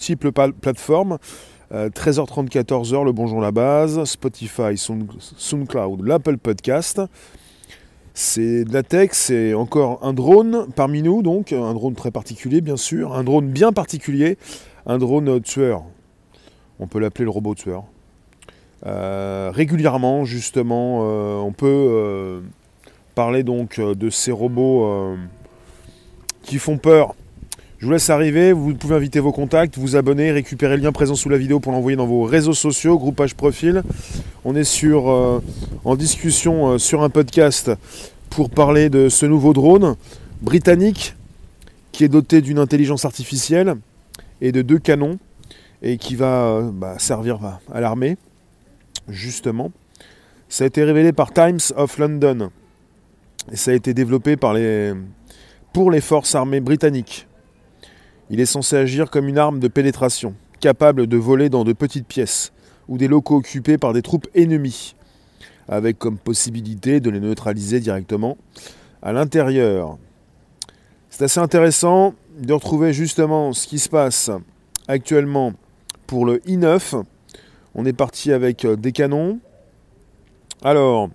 multiples plateformes. 13h30, 14h, le Bonjour la base, Spotify, SoundCloud, l'Apple Podcast. C'est de la tech, c'est encore un drone parmi nous, donc un drone très particulier bien sûr, un drone bien particulier, un drone tueur. On peut l'appeler le robot tueur. Régulièrement, justement, on peut parler donc de ces robots qui font peur. Je vous laisse arriver, vous pouvez inviter vos contacts, vous abonner, récupérer le lien présent sous la vidéo pour l'envoyer dans vos réseaux sociaux, groupage profil. On est en discussion sur un podcast pour parler de ce nouveau drone britannique qui est doté d'une intelligence artificielle et de 2 canons et qui va servir à l'armée, justement. Ça a été révélé par Times of London et ça a été développé pour les forces armées britanniques. Il est censé agir comme une arme de pénétration, capable de voler dans de petites pièces ou des locaux occupés par des troupes ennemies, avec comme possibilité de les neutraliser directement à l'intérieur. C'est assez intéressant de retrouver justement ce qui se passe actuellement pour le i9. On est parti avec des canons. Alors,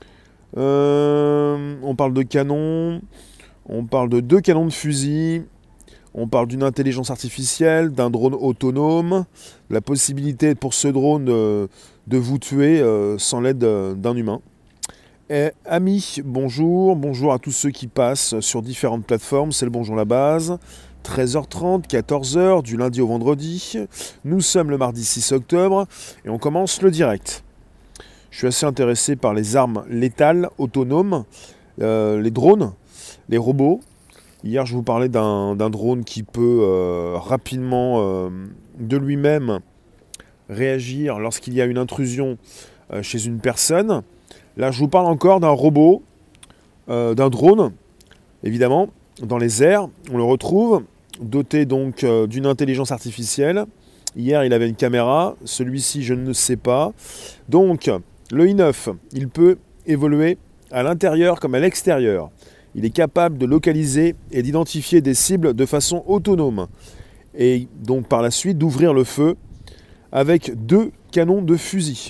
on parle de canons, on parle de 2 canons de fusil. On parle d'une intelligence artificielle, d'un drone autonome, de la possibilité pour ce drone de vous tuer sans l'aide d'un humain. Et, amis, bonjour à tous ceux qui passent sur différentes plateformes, c'est le Bonjour la base, 13h30, 14h, du lundi au vendredi. Nous sommes le mardi 6 octobre et on commence le direct. Je suis assez intéressé par les armes létales, autonomes, les drones, les robots. Hier, je vous parlais d'un drone qui peut rapidement, de lui-même, réagir lorsqu'il y a une intrusion chez une personne. Là, je vous parle encore d'un robot, d'un drone, évidemment, dans les airs. On le retrouve, doté donc d'une intelligence artificielle. Hier, il avait une caméra. Celui-ci, je ne sais pas. Donc, le i9, il peut évoluer à l'intérieur comme à l'extérieur. Il est capable de localiser et d'identifier des cibles de façon autonome. Et donc par la suite d'ouvrir le feu avec 2 canons de fusil.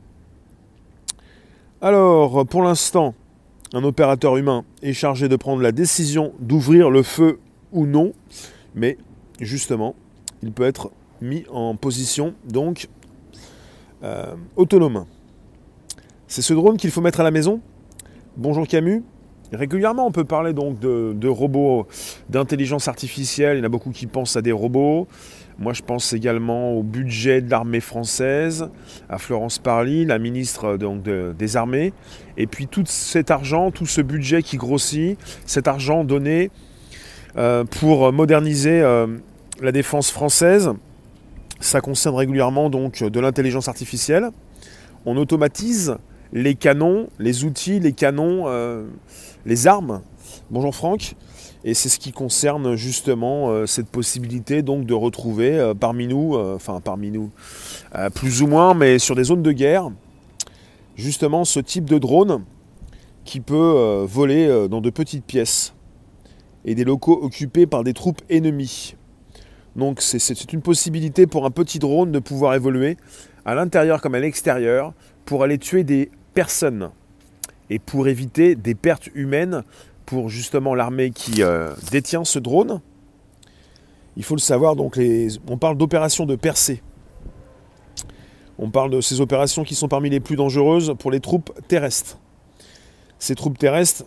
Alors pour l'instant, un opérateur humain est chargé de prendre la décision d'ouvrir le feu ou non. Mais justement, il peut être mis en position donc autonome. C'est ce drone qu'il faut mettre à la maison. Bonjour Camus. Régulièrement, on peut parler donc de robots d'intelligence artificielle. Il y en a beaucoup qui pensent à des robots. Moi, je pense également au budget de l'armée française, à Florence Parly, la ministre donc, des armées. Et puis tout cet argent, tout ce budget qui grossit, cet argent donné pour moderniser la défense française, ça concerne régulièrement donc de l'intelligence artificielle. On automatise les canons, les outils, les canons, les armes. Bonjour Franck. Et c'est ce qui concerne justement cette possibilité donc de retrouver parmi nous, plus ou moins, mais sur des zones de guerre, justement ce type de drone qui peut voler dans de petites pièces et des locaux occupés par des troupes ennemies. Donc c'est une possibilité pour un petit drone de pouvoir évoluer à l'intérieur comme à l'extérieur pour aller tuer des personnes et pour éviter des pertes humaines pour justement l'armée qui détient ce drone. Il faut le savoir, donc on parle d'opérations de percée. On parle de ces opérations qui sont parmi les plus dangereuses pour les troupes terrestres. Ces troupes terrestres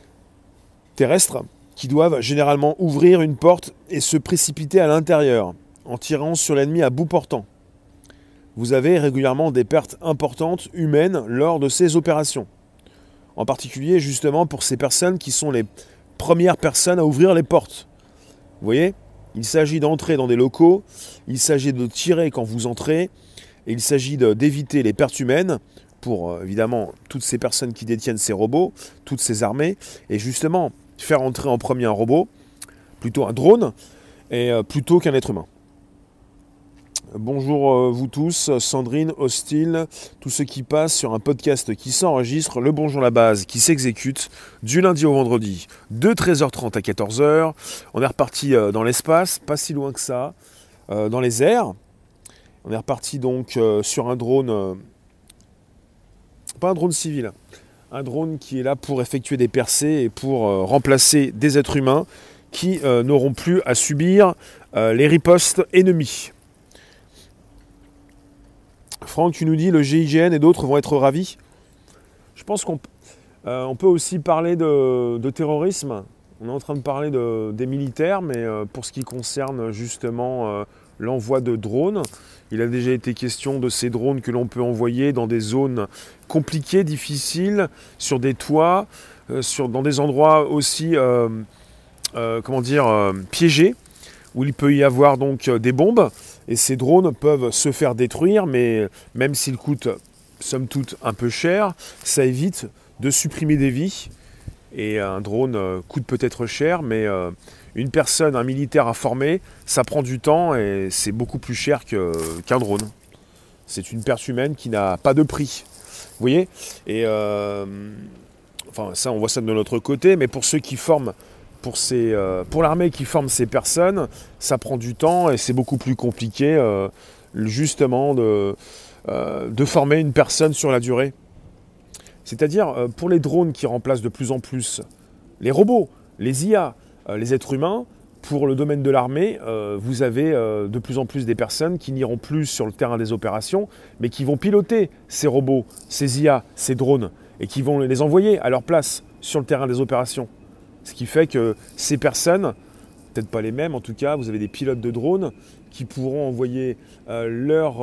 qui doivent généralement ouvrir une porte et se précipiter à l'intérieur en tirant sur l'ennemi à bout portant. Vous avez régulièrement des pertes importantes humaines lors de ces opérations. En particulier, justement, pour ces personnes qui sont les premières personnes à ouvrir les portes. Vous voyez ? Il s'agit d'entrer dans des locaux, il s'agit de tirer quand vous entrez, et il s'agit d'éviter les pertes humaines pour, évidemment, toutes ces personnes qui détiennent ces robots, toutes ces armées, et justement, faire entrer en premier un robot, plutôt un drone, et plutôt qu'un être humain. Bonjour vous tous, Sandrine, Hostile, tous ceux qui passent sur un podcast qui s'enregistre, le Bonjour la base qui s'exécute du lundi au vendredi de 13h30 à 14h. On est reparti dans l'espace, pas si loin que ça. dans les airs. On est reparti donc sur un drone, pas un drone civil, un drone qui est là pour effectuer des percées et pour remplacer des êtres humains qui n'auront plus à subir les ripostes ennemies. Franck, tu nous dis le GIGN et d'autres vont être ravis. Je pense qu'on peut aussi parler de terrorisme. On est en train de parler des militaires, mais pour ce qui concerne justement l'envoi de drones, il a déjà été question de ces drones que l'on peut envoyer dans des zones compliquées, difficiles, sur des toits, dans des endroits aussi piégés, où il peut y avoir donc des bombes. Et ces drones peuvent se faire détruire, mais même s'ils coûtent, somme toute, un peu cher, ça évite de supprimer des vies. Et un drone coûte peut-être cher, mais une personne, un militaire à former, ça prend du temps et c'est beaucoup plus cher qu'un drone. C'est une perte humaine qui n'a pas de prix. Vous voyez ? Et ça, on voit ça de notre côté, mais pour ceux qui forment, pour l'armée qui forme ces personnes, ça prend du temps et c'est beaucoup plus compliqué justement de former une personne sur la durée. C'est-à-dire pour les drones qui remplacent de plus en plus les robots, les IA, les êtres humains, pour le domaine de l'armée, vous avez de plus en plus des personnes qui n'iront plus sur le terrain des opérations, mais qui vont piloter ces robots, ces IA, ces drones, et qui vont les envoyer à leur place sur le terrain des opérations. Ce qui fait que ces personnes, peut-être pas les mêmes en tout cas, vous avez des pilotes de drones qui pourront envoyer leur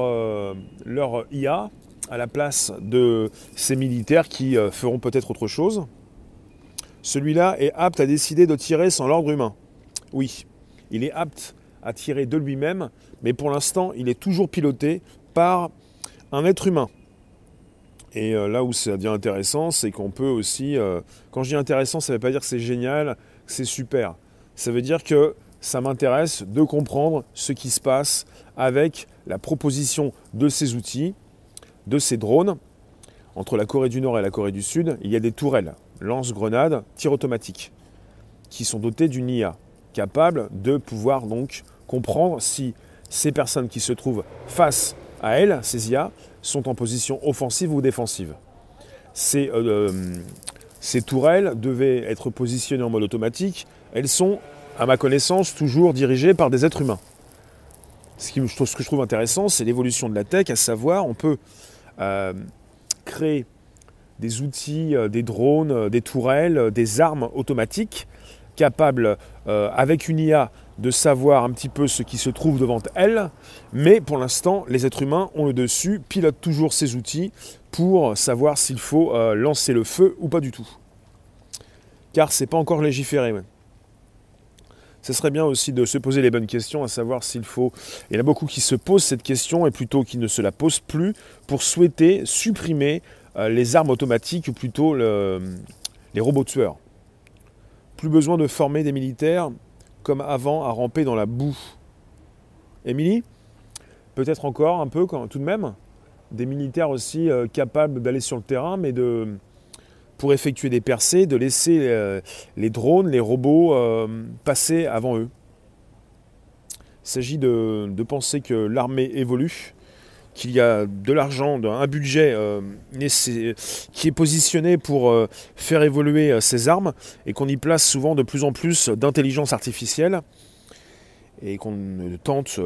IA à la place de ces militaires qui feront peut-être autre chose. Celui-là est apte à décider de tirer sans l'ordre humain. Oui, il est apte à tirer de lui-même, mais pour l'instant, il est toujours piloté par un être humain. Et là où ça devient intéressant, c'est qu'on peut aussi... quand je dis intéressant, ça ne veut pas dire que c'est génial, que c'est super. Ça veut dire que ça m'intéresse de comprendre ce qui se passe avec la proposition de ces outils, de ces drones. Entre la Corée du Nord et la Corée du Sud, il y a des tourelles, lance-grenades, tir automatique, qui sont dotées d'une IA, capable de pouvoir donc comprendre si ces personnes qui se trouvent face à elles, ces IA, sont en position offensive ou défensive. Ces tourelles devaient être positionnées en mode automatique. Elles sont, à ma connaissance, toujours dirigées par des êtres humains. Ce que je trouve intéressant, c'est l'évolution de la tech, à savoir, on peut créer des outils, des drones, des tourelles, des armes automatiques capables, avec une IA, de savoir un petit peu ce qui se trouve devant elles, mais pour l'instant, les êtres humains ont le dessus, pilotent toujours ces outils pour savoir s'il faut lancer le feu ou pas du tout. Car c'est pas encore légiféré. Ouais. Ce serait bien aussi de se poser les bonnes questions, à savoir s'il faut... Il y en a beaucoup qui se posent cette question, et plutôt qui ne se la posent plus, pour souhaiter supprimer les armes automatiques, ou plutôt les robots tueurs. Plus besoin de former des militaires comme avant à ramper dans la boue. Émilie, peut-être encore un peu tout de même, des militaires aussi capables d'aller sur le terrain, mais pour effectuer des percées, de laisser les drones, les robots passer avant eux. Il s'agit de penser que l'armée évolue, qu'il y a de l'argent, un budget qui est positionné pour faire évoluer ces armes et qu'on y place souvent de plus en plus d'intelligence artificielle et qu'on tente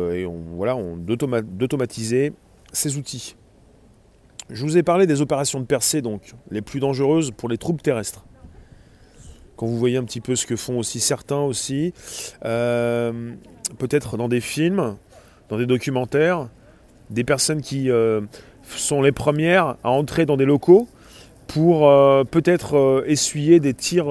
d'automatiser ces outils. Je vous ai parlé des opérations de percée, donc les plus dangereuses pour les troupes terrestres. Quand vous voyez un petit peu ce que font aussi certains aussi, peut-être dans des films, dans des documentaires, des personnes qui sont les premières à entrer dans des locaux pour peut-être essuyer des tirs,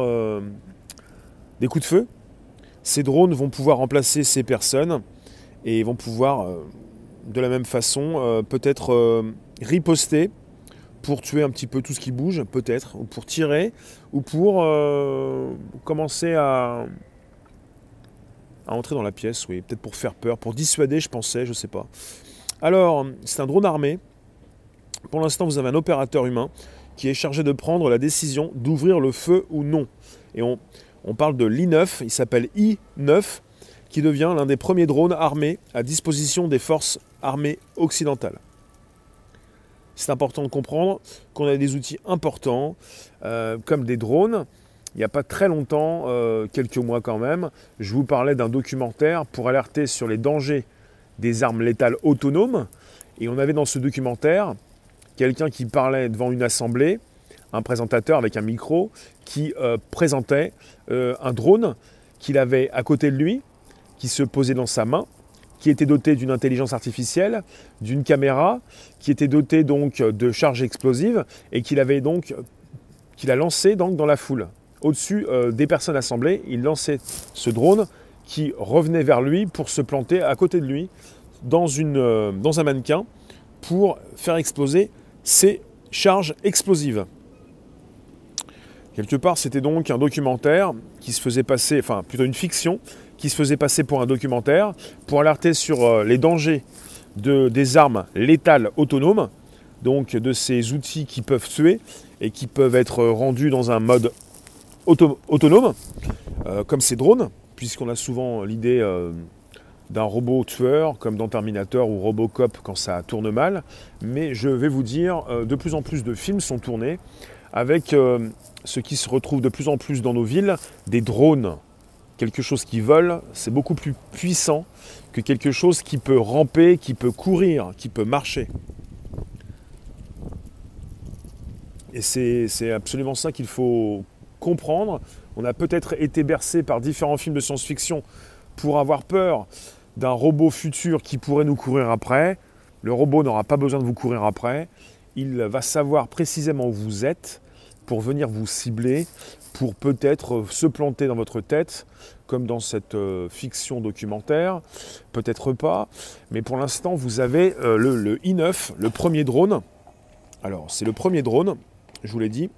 des coups de feu. Ces drones vont pouvoir remplacer ces personnes et vont pouvoir, de la même façon, peut-être riposter pour tuer un petit peu tout ce qui bouge, peut-être, ou pour tirer, ou pour commencer à entrer dans la pièce, oui, peut-être pour faire peur, pour dissuader, je pensais, je sais pas. Alors, c'est un drone armé. Pour l'instant, vous avez un opérateur humain qui est chargé de prendre la décision d'ouvrir le feu ou non. Et on parle de l'I9, il s'appelle I9. qui devient l'un des premiers drones armés à disposition des forces armées occidentales. C'est important de comprendre qu'on a des outils importants, comme des drones. Il n'y a pas très longtemps, quelques mois quand même, je vous parlais d'un documentaire pour alerter sur les dangers des armes létales autonomes. Et on avait dans ce documentaire quelqu'un qui parlait devant une assemblée, un présentateur avec un micro, qui présentait un drone qu'il avait à côté de lui, qui se posait dans sa main, qui était doté d'une intelligence artificielle, d'une caméra, qui était doté donc de charges explosives et qu'il a lancé donc dans la foule. Au-dessus des personnes assemblées, il lançait ce drone qui revenait vers lui pour se planter à côté de lui dans un mannequin pour faire exploser ses charges explosives. Quelque part, c'était donc un documentaire qui se faisait passer, enfin plutôt une fiction, qui se faisait passer pour un documentaire, pour alerter sur les dangers des armes létales autonomes, donc de ces outils qui peuvent tuer et qui peuvent être rendus dans un mode autonome, comme ces drones, puisqu'on a souvent l'idée d'un robot tueur, comme dans Terminator ou Robocop quand ça tourne mal. Mais je vais vous dire, de plus en plus de films sont tournés avec ce qui se retrouve de plus en plus dans nos villes, des drones. Quelque chose qui vole, c'est beaucoup plus puissant que quelque chose qui peut ramper, qui peut courir, qui peut marcher. Et c'est absolument ça qu'il faut comprendre. On a peut-être été bercé par différents films de science-fiction pour avoir peur d'un robot futur qui pourrait nous courir après. Le robot n'aura pas besoin de vous courir après. Il va savoir précisément où vous êtes pour venir vous cibler, pour peut-être se planter dans votre tête, comme dans cette fiction documentaire. Peut-être pas. Mais pour l'instant, vous avez le I9, le premier drone. Alors, c'est le premier drone, je vous l'ai dit,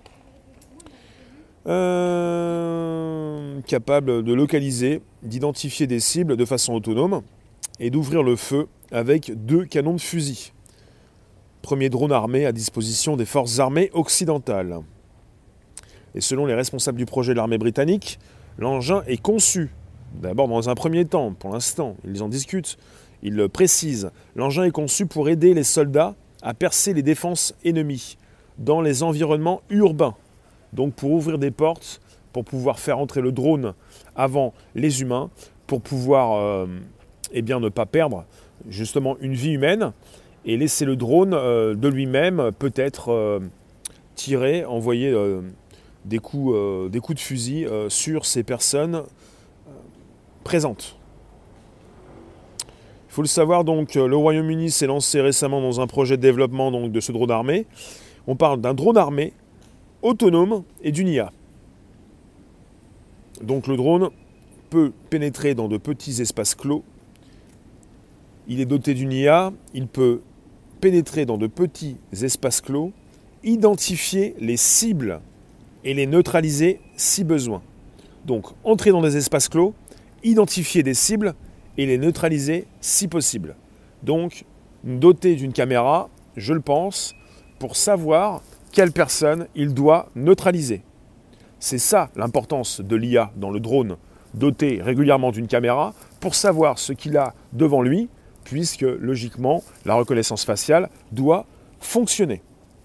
capable de localiser, d'identifier des cibles de façon autonome et d'ouvrir le feu avec 2 canons de fusil. Premier drone armé à disposition des forces armées occidentales. Et selon les responsables du projet de l'armée britannique, l'engin est conçu, d'abord dans un premier temps, pour l'instant, ils en discutent, ils le précisent, l'engin est conçu pour aider les soldats à percer les défenses ennemies dans les environnements urbains. Donc pour ouvrir des portes, pour pouvoir faire entrer le drone avant les humains, pour pouvoir ne pas perdre justement une vie humaine et laisser le drone de lui-même peut-être tirer, envoyer des coups de fusil sur ces personnes présentes. Il faut le savoir, donc, le Royaume-Uni s'est lancé récemment dans un projet de développement donc, de ce drone armé. On parle d'un drone armé autonome et d'une IA. Donc le drone peut pénétrer dans de petits espaces clos. Il est doté d'une IA, il peut pénétrer dans de petits espaces clos, identifier les cibles et les neutraliser si besoin. Donc entrer dans des espaces clos, identifier des cibles et les neutraliser si possible. Donc doté d'une caméra, je le pense, pour savoir quelle personne il doit neutraliser. C'est ça l'importance de l'IA dans le drone, doté régulièrement d'une caméra, pour savoir ce qu'il a devant lui, puisque logiquement, la reconnaissance faciale doit fonctionner.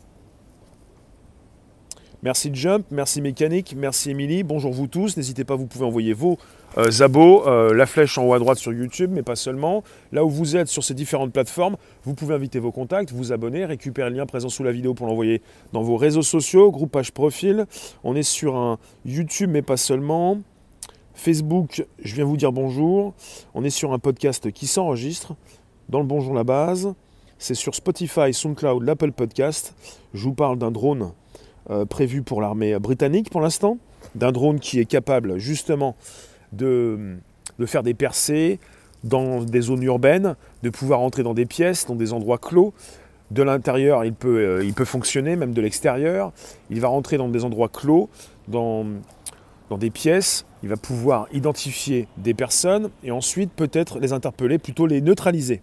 Merci Jump, merci Mécanique, merci Émilie, bonjour vous tous, n'hésitez pas, vous pouvez envoyer vos abos, la flèche en haut à droite sur YouTube, mais pas seulement. Là où vous êtes sur ces différentes plateformes, vous pouvez inviter vos contacts, vous abonner, récupérer le lien présent sous la vidéo pour l'envoyer dans vos réseaux sociaux, groupe, page, profil. On est sur un YouTube, mais pas seulement. Facebook, je viens vous dire bonjour. On est sur un podcast qui s'enregistre dans le Bonjour la base. C'est sur Spotify, SoundCloud, l'Apple Podcast. Je vous parle d'un drone prévu pour l'armée britannique pour l'instant, d'un drone qui est capable justement de faire des percées dans des zones urbaines, de pouvoir entrer dans des pièces, dans des endroits clos. De l'intérieur, il peut fonctionner, même de l'extérieur. Il va rentrer dans des endroits clos, dans des pièces. Il va pouvoir identifier des personnes et ensuite peut-être les interpeller, plutôt les neutraliser.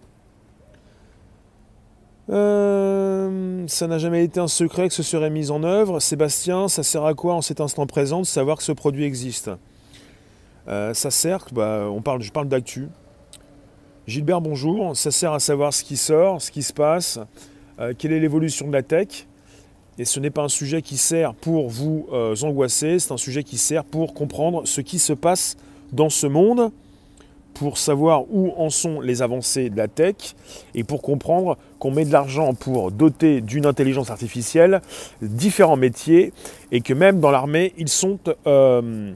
Ça n'a jamais été un secret que ce serait mis en œuvre. Sébastien, ça sert à quoi en cet instant présent de savoir que ce produit existe ? Ça sert, je parle d'actu. Gilbert, bonjour. Ça sert à savoir ce qui sort, ce qui se passe, quelle est l'évolution de la tech. Et ce n'est pas un sujet qui sert pour vous angoisser, c'est un sujet qui sert pour comprendre ce qui se passe dans ce monde, pour savoir où en sont les avancées de la tech et pour comprendre qu'on met de l'argent pour doter d'une intelligence artificielle différents métiers et que même dans l'armée, ils sont, ils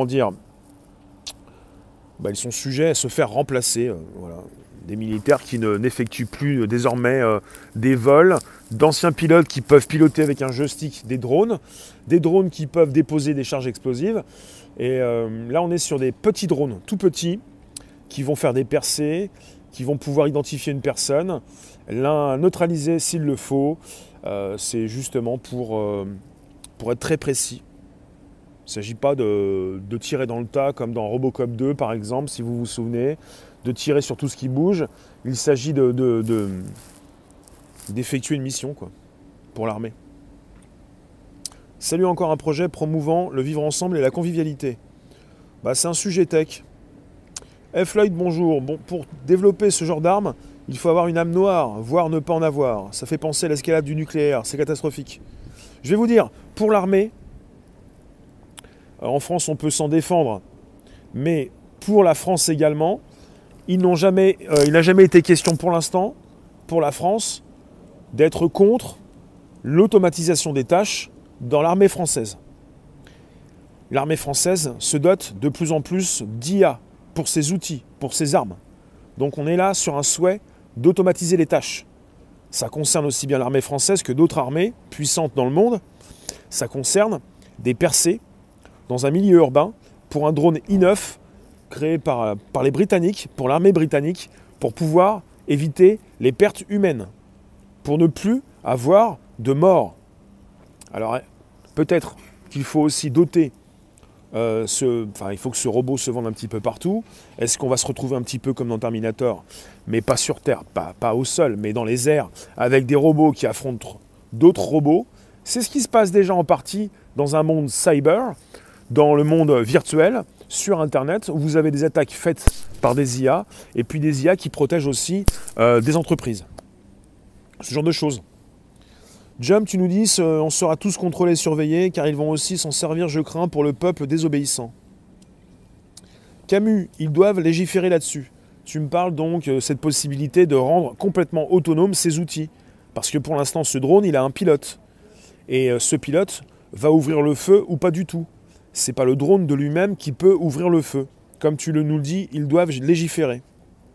sont sujets à se faire remplacer. Voilà. Des militaires qui n'effectuent plus désormais des vols, d'anciens pilotes qui peuvent piloter avec un joystick des drones qui peuvent déposer des charges explosives. Et là, on est sur des petits drones, tout petits, qui vont faire des percées, qui vont pouvoir identifier une personne, l'un neutraliser s'il le faut. C'est justement pour être très précis. Il ne s'agit pas de tirer dans le tas comme dans Robocop 2 par exemple, si vous vous souvenez, de tirer sur tout ce qui bouge. Il s'agit d'effectuer une mission pour l'armée. Salut, encore un projet promouvant le vivre ensemble et la convivialité. C'est un sujet tech. F-Lloyd, bonjour. Bon, pour développer ce genre d'arme, il faut avoir une âme noire, voire ne pas en avoir. Ça fait penser à l'escalade du nucléaire, c'est catastrophique. Je vais vous dire, pour l'armée, en France on peut s'en défendre, mais pour la France également, il n'a jamais été question pour l'instant, pour la France, d'être contre l'automatisation des tâches dans l'armée française. L'armée française se dote de plus en plus d'IA pour ses outils, pour ses armes. Donc on est là sur un souhait d'automatiser les tâches. Ça concerne aussi bien l'armée française que d'autres armées puissantes dans le monde. Ça concerne des percées dans un milieu urbain pour un drone I9 créé par les Britanniques, pour l'armée britannique, pour pouvoir éviter les pertes humaines, pour ne plus avoir de morts. Alors peut-être qu'il faut aussi doter, il faut que ce robot se vende un petit peu partout. Est-ce qu'on va se retrouver un petit peu comme dans Terminator, mais pas sur Terre, pas au sol, mais dans les airs, avec des robots qui affrontent d'autres robots? C'est ce qui se passe déjà en partie dans un monde cyber, dans le monde virtuel, sur Internet, où vous avez des attaques faites par des IA, et puis des IA qui protègent aussi des entreprises. Ce genre de choses. Jump, tu nous dis, on sera tous contrôlés et surveillés, car ils vont aussi s'en servir, je crains, pour le peuple désobéissant. Camus, ils doivent légiférer là-dessus. Tu me parles donc de cette possibilité de rendre complètement autonomes ces outils. Parce que pour l'instant, ce drone, il a un pilote. Et ce pilote va ouvrir le feu ou pas du tout. C'est pas le drone de lui-même qui peut ouvrir le feu. Comme tu nous le dis, ils doivent légiférer.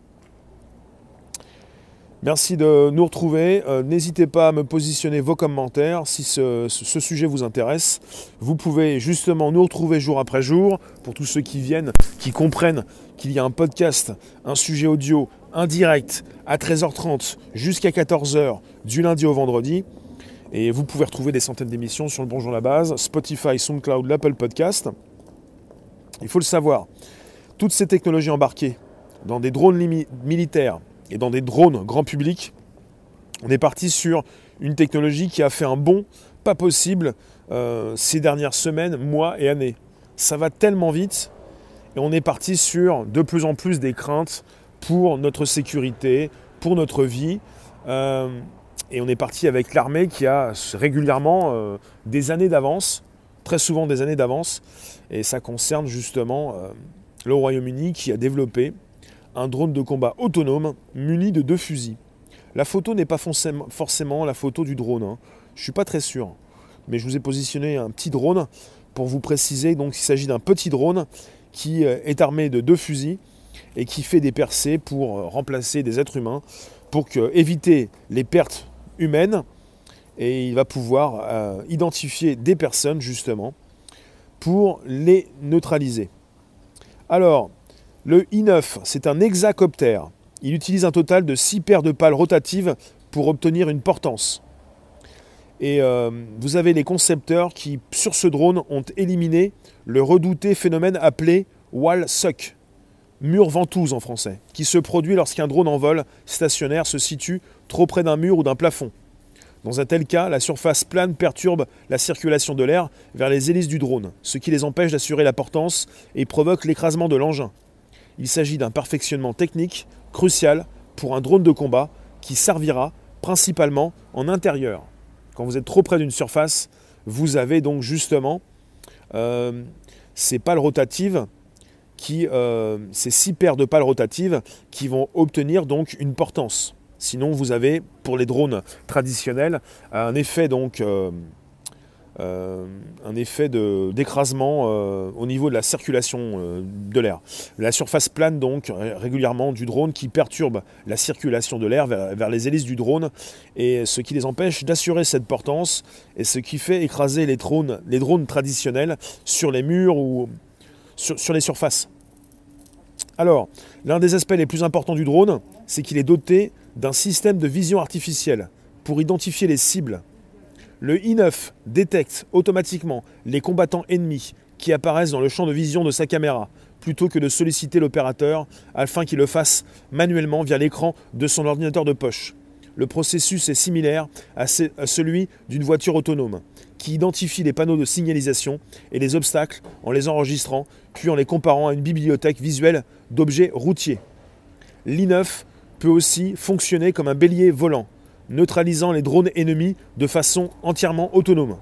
Merci de nous retrouver. N'hésitez pas à me positionner vos commentaires si ce sujet vous intéresse. Vous pouvez justement nous retrouver jour après jour. Pour tous ceux qui viennent, qui comprennent qu'il y a un podcast, un sujet audio, un direct à 13h30 jusqu'à 14h du lundi au vendredi. Et vous pouvez retrouver des centaines d'émissions sur le Bonjour la Base, Spotify, SoundCloud, l'Apple Podcast. Il faut le savoir, toutes ces technologies embarquées dans des drones militaires et dans des drones grand public, on est parti sur une technologie qui a fait un bond pas possible ces dernières semaines, mois et années. Ça va tellement vite et on est parti sur de plus en plus des craintes pour notre sécurité, pour notre vie. Et on est parti avec l'armée qui a régulièrement des années d'avance, très souvent des années d'avance. Et ça concerne justement le Royaume-Uni qui a développé un drone de combat autonome muni de 2 fusils. La photo n'est pas forcément la photo du drone. Je ne suis pas très sûr. Mais je vous ai positionné un petit drone pour vous préciser. Donc il s'agit d'un petit drone qui est armé de 2 fusils et qui fait des percées pour remplacer des êtres humains, pour éviter les pertes humaines, et il va pouvoir identifier des personnes justement pour les neutraliser. Alors, le I9, c'est un hexacoptère. Il utilise un total de 6 paires de pales rotatives pour obtenir une portance. Et vous avez les concepteurs qui, sur ce drone, ont éliminé le redouté phénomène appelé wall suck, mur ventouse en français, qui se produit lorsqu'un drone en vol stationnaire se situe trop près d'un mur ou d'un plafond. Dans un tel cas, la surface plane perturbe la circulation de l'air vers les hélices du drone, ce qui les empêche d'assurer la portance et provoque l'écrasement de l'engin. Il s'agit d'un perfectionnement technique crucial pour un drone de combat qui servira principalement en intérieur. Quand vous êtes trop près d'une surface, vous avez donc justement ces pales rotatives, ces 6 paires de pales rotatives qui vont obtenir donc une portance. Sinon, vous avez, pour les drones traditionnels, un effet d'écrasement au niveau de la circulation de l'air. La surface plane donc régulièrement du drone qui perturbe la circulation de l'air vers les hélices du drone, et ce qui les empêche d'assurer cette portance, et ce qui fait écraser les drones traditionnels sur les murs ou sur les surfaces. Alors, l'un des aspects les plus importants du drone, c'est qu'il est doté d'un système de vision artificielle pour identifier les cibles. Le i9 détecte automatiquement les combattants ennemis qui apparaissent dans le champ de vision de sa caméra, plutôt que de solliciter l'opérateur afin qu'il le fasse manuellement via l'écran de son ordinateur de poche. Le processus est similaire à celui d'une voiture autonome, qui identifie les panneaux de signalisation et les obstacles en les enregistrant, puis en les comparant à une bibliothèque visuelle d'objets routiers. L'i9 peut aussi fonctionner comme un bélier volant, neutralisant les drones ennemis de façon entièrement autonome.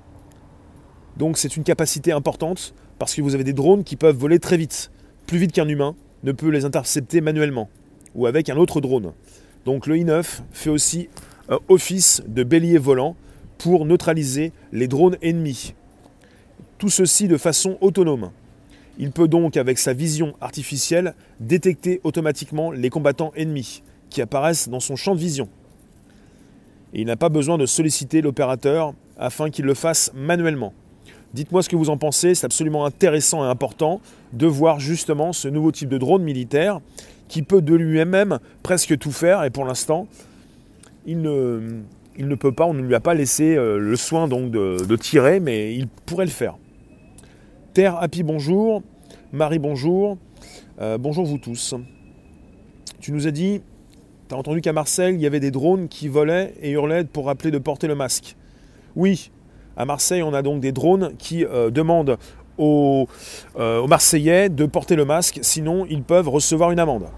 Donc c'est une capacité importante parce que vous avez des drones qui peuvent voler très vite, plus vite qu'un humain ne peut les intercepter manuellement ou avec un autre drone. Donc le i9 fait aussi office de bélier volant pour neutraliser les drones ennemis. Tout ceci de façon autonome. Il peut donc, avec sa vision artificielle, détecter automatiquement les combattants ennemis qui apparaissent dans son champ de vision. Et il n'a pas besoin de solliciter l'opérateur afin qu'il le fasse manuellement. Dites-moi ce que vous en pensez, c'est absolument intéressant et important de voir justement ce nouveau type de drone militaire qui peut de lui-même presque tout faire, et pour l'instant, il ne peut pas, on ne lui a pas laissé le soin donc de tirer, mais il pourrait le faire. Terre Happy, bonjour. Marie, bonjour. Bonjour vous tous. Tu nous as dit, tu as entendu qu'à Marseille, il y avait des drones qui volaient et hurlaient pour rappeler de porter le masque. Oui, à Marseille, on a donc des drones qui demandent aux Marseillais de porter le masque, sinon ils peuvent recevoir une amende.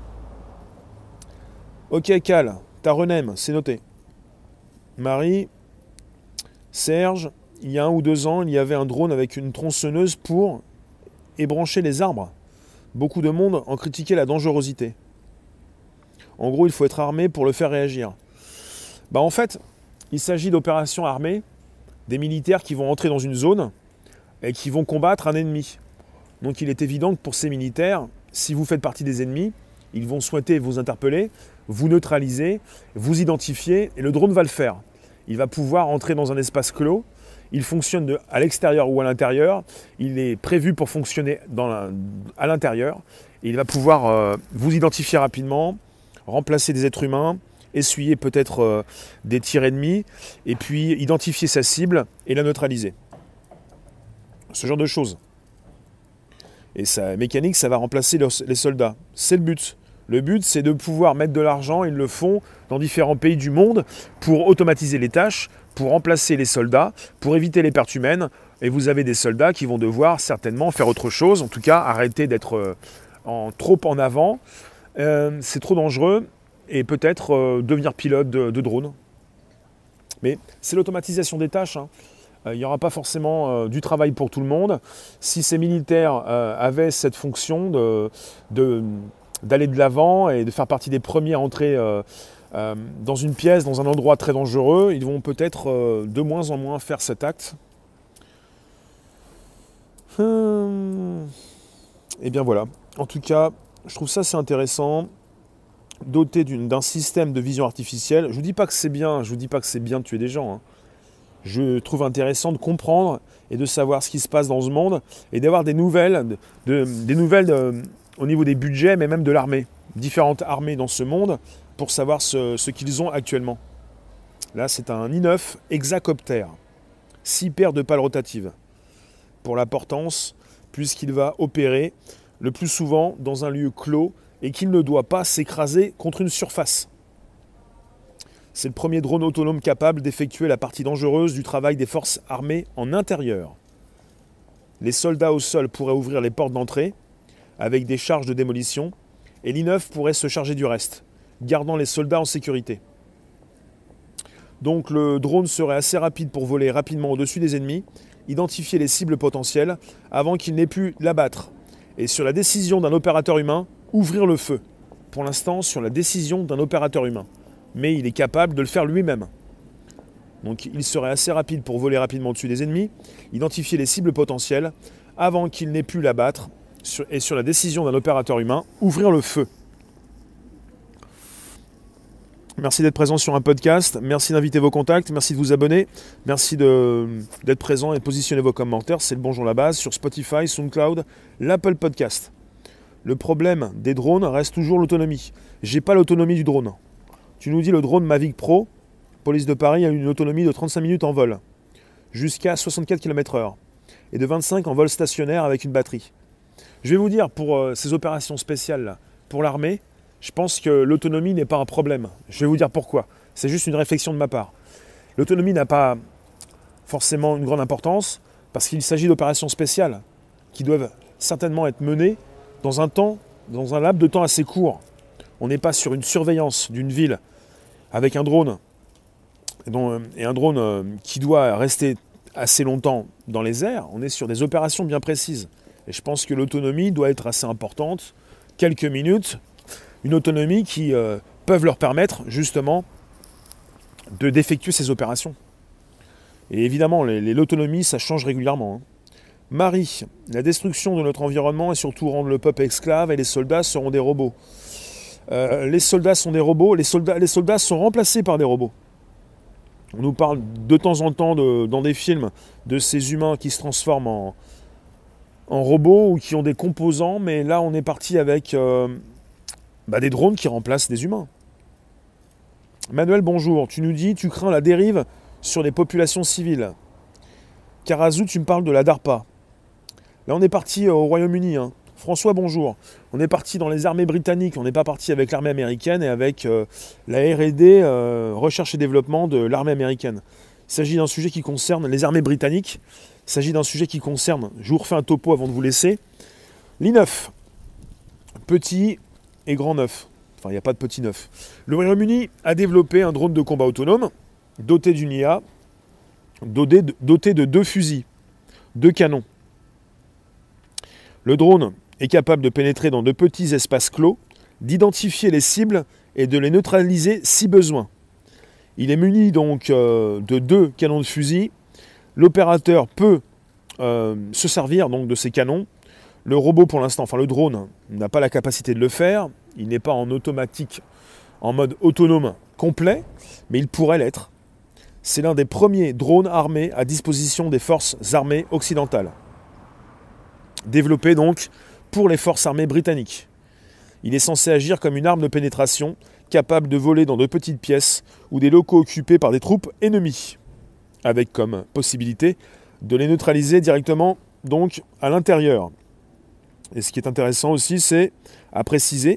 Ok, Cal, Tarenem, c'est noté. Marie, Serge, il y a 1 ou 2 ans, il y avait un drone avec une tronçonneuse pour ébrancher les arbres. Beaucoup de monde en critiquait la dangerosité. En gros, il faut être armé pour le faire réagir. En fait, il s'agit d'opérations armées, des militaires qui vont entrer dans une zone et qui vont combattre un ennemi. Donc il est évident que pour ces militaires, si vous faites partie des ennemis, ils vont souhaiter vous interpeller, vous neutraliser, vous identifier, et le drone va le faire. Il va pouvoir entrer dans un espace clos. Il fonctionne à l'extérieur ou à l'intérieur. Il est prévu pour fonctionner à l'intérieur. Et il va pouvoir vous identifier rapidement, remplacer des êtres humains, essuyer peut-être des tirs ennemis, et puis identifier sa cible et la neutraliser. Ce genre de choses. Et sa mécanique, ça va remplacer les soldats. C'est le but. Le but, c'est de pouvoir mettre de l'argent, ils le font dans différents pays du monde, pour automatiser les tâches, pour remplacer les soldats, pour éviter les pertes humaines. Et vous avez des soldats qui vont devoir certainement faire autre chose, en tout cas arrêter d'être trop en avant. C'est trop dangereux, et peut-être devenir pilote de drone. Mais c'est l'automatisation des tâches. Il n'y aura pas forcément du travail pour tout le monde. Si ces militaires avaient cette fonction d'aller de l'avant et de faire partie des premiers à entrer dans une pièce, dans un endroit très dangereux, ils vont peut-être de moins en moins faire cet acte. Et bien voilà. En tout cas, je trouve ça assez intéressant, doté d'un système de vision artificielle. Je ne vous dis pas que c'est bien, de tuer des gens. Je trouve intéressant de comprendre et de savoir ce qui se passe dans ce monde et d'avoir des nouvelles, au niveau des budgets, mais même de l'armée. Différentes armées dans ce monde pour savoir ce qu'ils ont actuellement. Là, c'est un i9 hexacoptère. 6 paires de pales rotatives pour la portance, puisqu'il va opérer le plus souvent dans un lieu clos et qu'il ne doit pas s'écraser contre une surface. C'est le premier drone autonome capable d'effectuer la partie dangereuse du travail des forces armées en intérieur. Les soldats au sol pourraient ouvrir les portes d'entrée avec des charges de démolition et l'I9 pourrait se charger du reste, gardant les soldats en sécurité. Donc le drone serait assez rapide pour voler rapidement au-dessus des ennemis, identifier les cibles potentielles avant qu'il n'ait pu l'abattre. Et sur la décision d'un opérateur humain, ouvrir le feu. Pour l'instant, sur la décision d'un opérateur humain. Mais il est capable de le faire lui-même. Donc il serait assez rapide pour voler rapidement au-dessus des ennemis, identifier les cibles potentielles avant qu'il n'ait pu l'abattre. Et sur la décision d'un opérateur humain, ouvrir le feu. Merci d'être présent sur un podcast, merci d'inviter vos contacts, merci de vous abonner, merci d'être présent et de positionner vos commentaires. C'est le Bonjour la base sur Spotify, SoundCloud, l'Apple Podcast. Le problème des drones reste toujours l'autonomie. J'ai pas l'autonomie du drone. Tu nous dis le drone Mavic Pro, police de Paris, a une autonomie de 35 minutes en vol, jusqu'à 64 km/h, et de 25 en vol stationnaire avec une batterie. Je vais vous dire, pour ces opérations spéciales, pour l'armée, je pense que l'autonomie n'est pas un problème. Je vais vous dire pourquoi. C'est juste une réflexion de ma part. L'autonomie n'a pas forcément une grande importance parce qu'il s'agit d'opérations spéciales qui doivent certainement être menées dans un laps de temps assez court. On n'est pas sur une surveillance d'une ville avec un drone et un drone qui doit rester assez longtemps dans les airs. On est sur des opérations bien précises. Et je pense que l'autonomie doit être assez importante. Quelques minutes, une autonomie qui peuvent leur permettre justement d'effectuer ces opérations. Et évidemment, l'autonomie, ça change régulièrement. Marie, la destruction de notre environnement et surtout rendre le peuple esclave et les soldats seront des robots. Les soldats sont des robots, les soldats sont remplacés par des robots. On nous parle de temps en temps dans des films de ces humains qui se transforment en robots ou qui ont des composants, mais là on est parti avec des drones qui remplacent des humains. Manuel, bonjour. Tu nous dis, tu crains la dérive sur les populations civiles. Karazou, tu me parles de la DARPA. Là, on est parti au Royaume-Uni. François, bonjour. On est parti dans les armées britanniques. On n'est pas parti avec l'armée américaine et avec la R&D, recherche et développement de l'armée américaine. Il s'agit d'un sujet qui concerne les armées britanniques. Il s'agit d'un sujet qui concerne, je vous refais un topo avant de vous laisser, l'I9. Petit et grand neuf. Enfin, il n'y a pas de petit neuf. Le Royaume-Uni a développé un drone de combat autonome, doté d'une IA, doté de 2 fusils, 2 canons. Le drone est capable de pénétrer dans de petits espaces clos, d'identifier les cibles et de les neutraliser si besoin. Il est muni donc de 2 canons de fusil. L'opérateur peut se servir donc de ces canons. Le robot pour l'instant, enfin le drone, n'a pas la capacité de le faire. Il n'est pas en automatique, en mode autonome complet, mais il pourrait l'être. C'est l'un des premiers drones armés à disposition des forces armées occidentales. Développé donc pour les forces armées britanniques. Il est censé agir comme une arme de pénétration, capable de voler dans de petites pièces ou des locaux occupés par des troupes ennemies, avec comme possibilité de les neutraliser directement donc à l'intérieur. Et ce qui est intéressant aussi, c'est à préciser,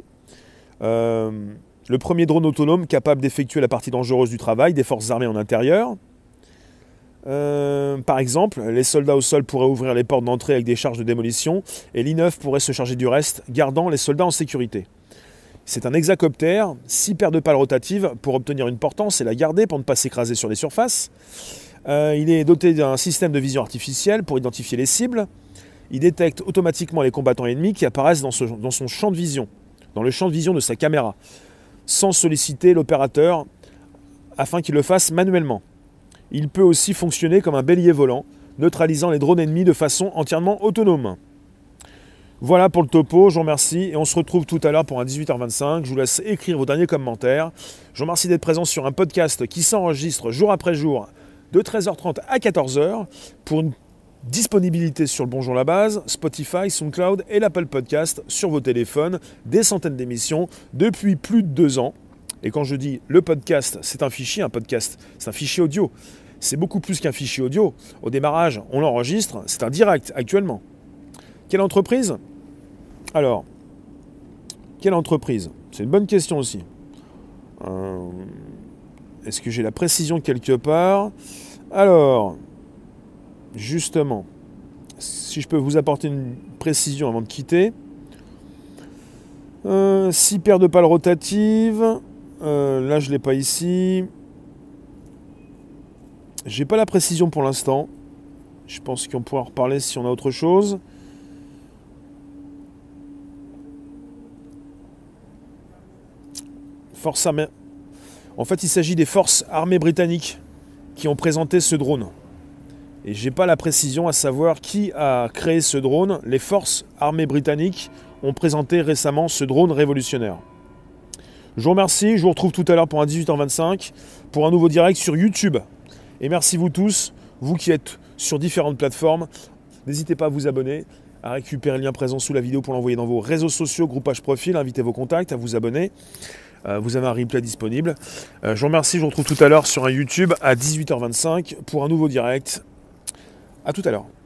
le premier drone autonome capable d'effectuer la partie dangereuse du travail des forces armées en intérieur. Par exemple, les soldats au sol pourraient ouvrir les portes d'entrée avec des charges de démolition et l'I9 pourrait se charger du reste, gardant les soldats en sécurité. C'est un hexacoptère, 6 paires de pales rotatives pour obtenir une portance et la garder pour ne pas s'écraser sur les surfaces. Il est doté d'un système de vision artificielle pour identifier les cibles. Il détecte automatiquement les combattants ennemis qui apparaissent dans son champ de vision, dans le champ de vision de sa caméra, sans solliciter l'opérateur afin qu'il le fasse manuellement. Il peut aussi fonctionner comme un bélier volant, neutralisant les drones ennemis de façon entièrement autonome. Voilà pour le topo, je vous remercie et on se retrouve tout à l'heure pour un 18h25. Je vous laisse écrire vos derniers commentaires. Je vous remercie d'être présent sur un podcast qui s'enregistre jour après jour de 13h30 à 14h pour une disponibilité sur le Bonjour la base, Spotify, SoundCloud et l'Apple Podcast sur vos téléphones, des centaines d'émissions depuis plus de 2 ans. Et quand je dis le podcast, c'est un podcast, c'est un fichier audio. C'est beaucoup plus qu'un fichier audio. Au démarrage, on l'enregistre, c'est un direct actuellement. Quelle entreprise ? Alors, quelle entreprise ? C'est une bonne question aussi. Est-ce que j'ai la précision quelque part? Alors, justement, si je peux vous apporter une précision avant de quitter. 6 paires de pales rotatives. Là, je ne l'ai pas ici. J'ai pas la précision pour l'instant. Je pense qu'on pourra en reparler si on a autre chose. Force armée. En fait, il s'agit des forces armées britanniques qui ont présenté ce drone. Et j'ai pas la précision à savoir qui a créé ce drone. Les forces armées britanniques ont présenté récemment ce drone révolutionnaire. Je vous remercie, je vous retrouve tout à l'heure pour un 18h25 pour un nouveau direct sur YouTube. Et merci vous tous, vous qui êtes sur différentes plateformes. N'hésitez pas à vous abonner, à récupérer le lien présent sous la vidéo pour l'envoyer dans vos réseaux sociaux, groupage profil, invitez vos contacts, à vous abonner. Vous avez un replay disponible. Je vous remercie, je vous retrouve tout à l'heure sur un YouTube à 18h25 pour un nouveau direct. À tout à l'heure.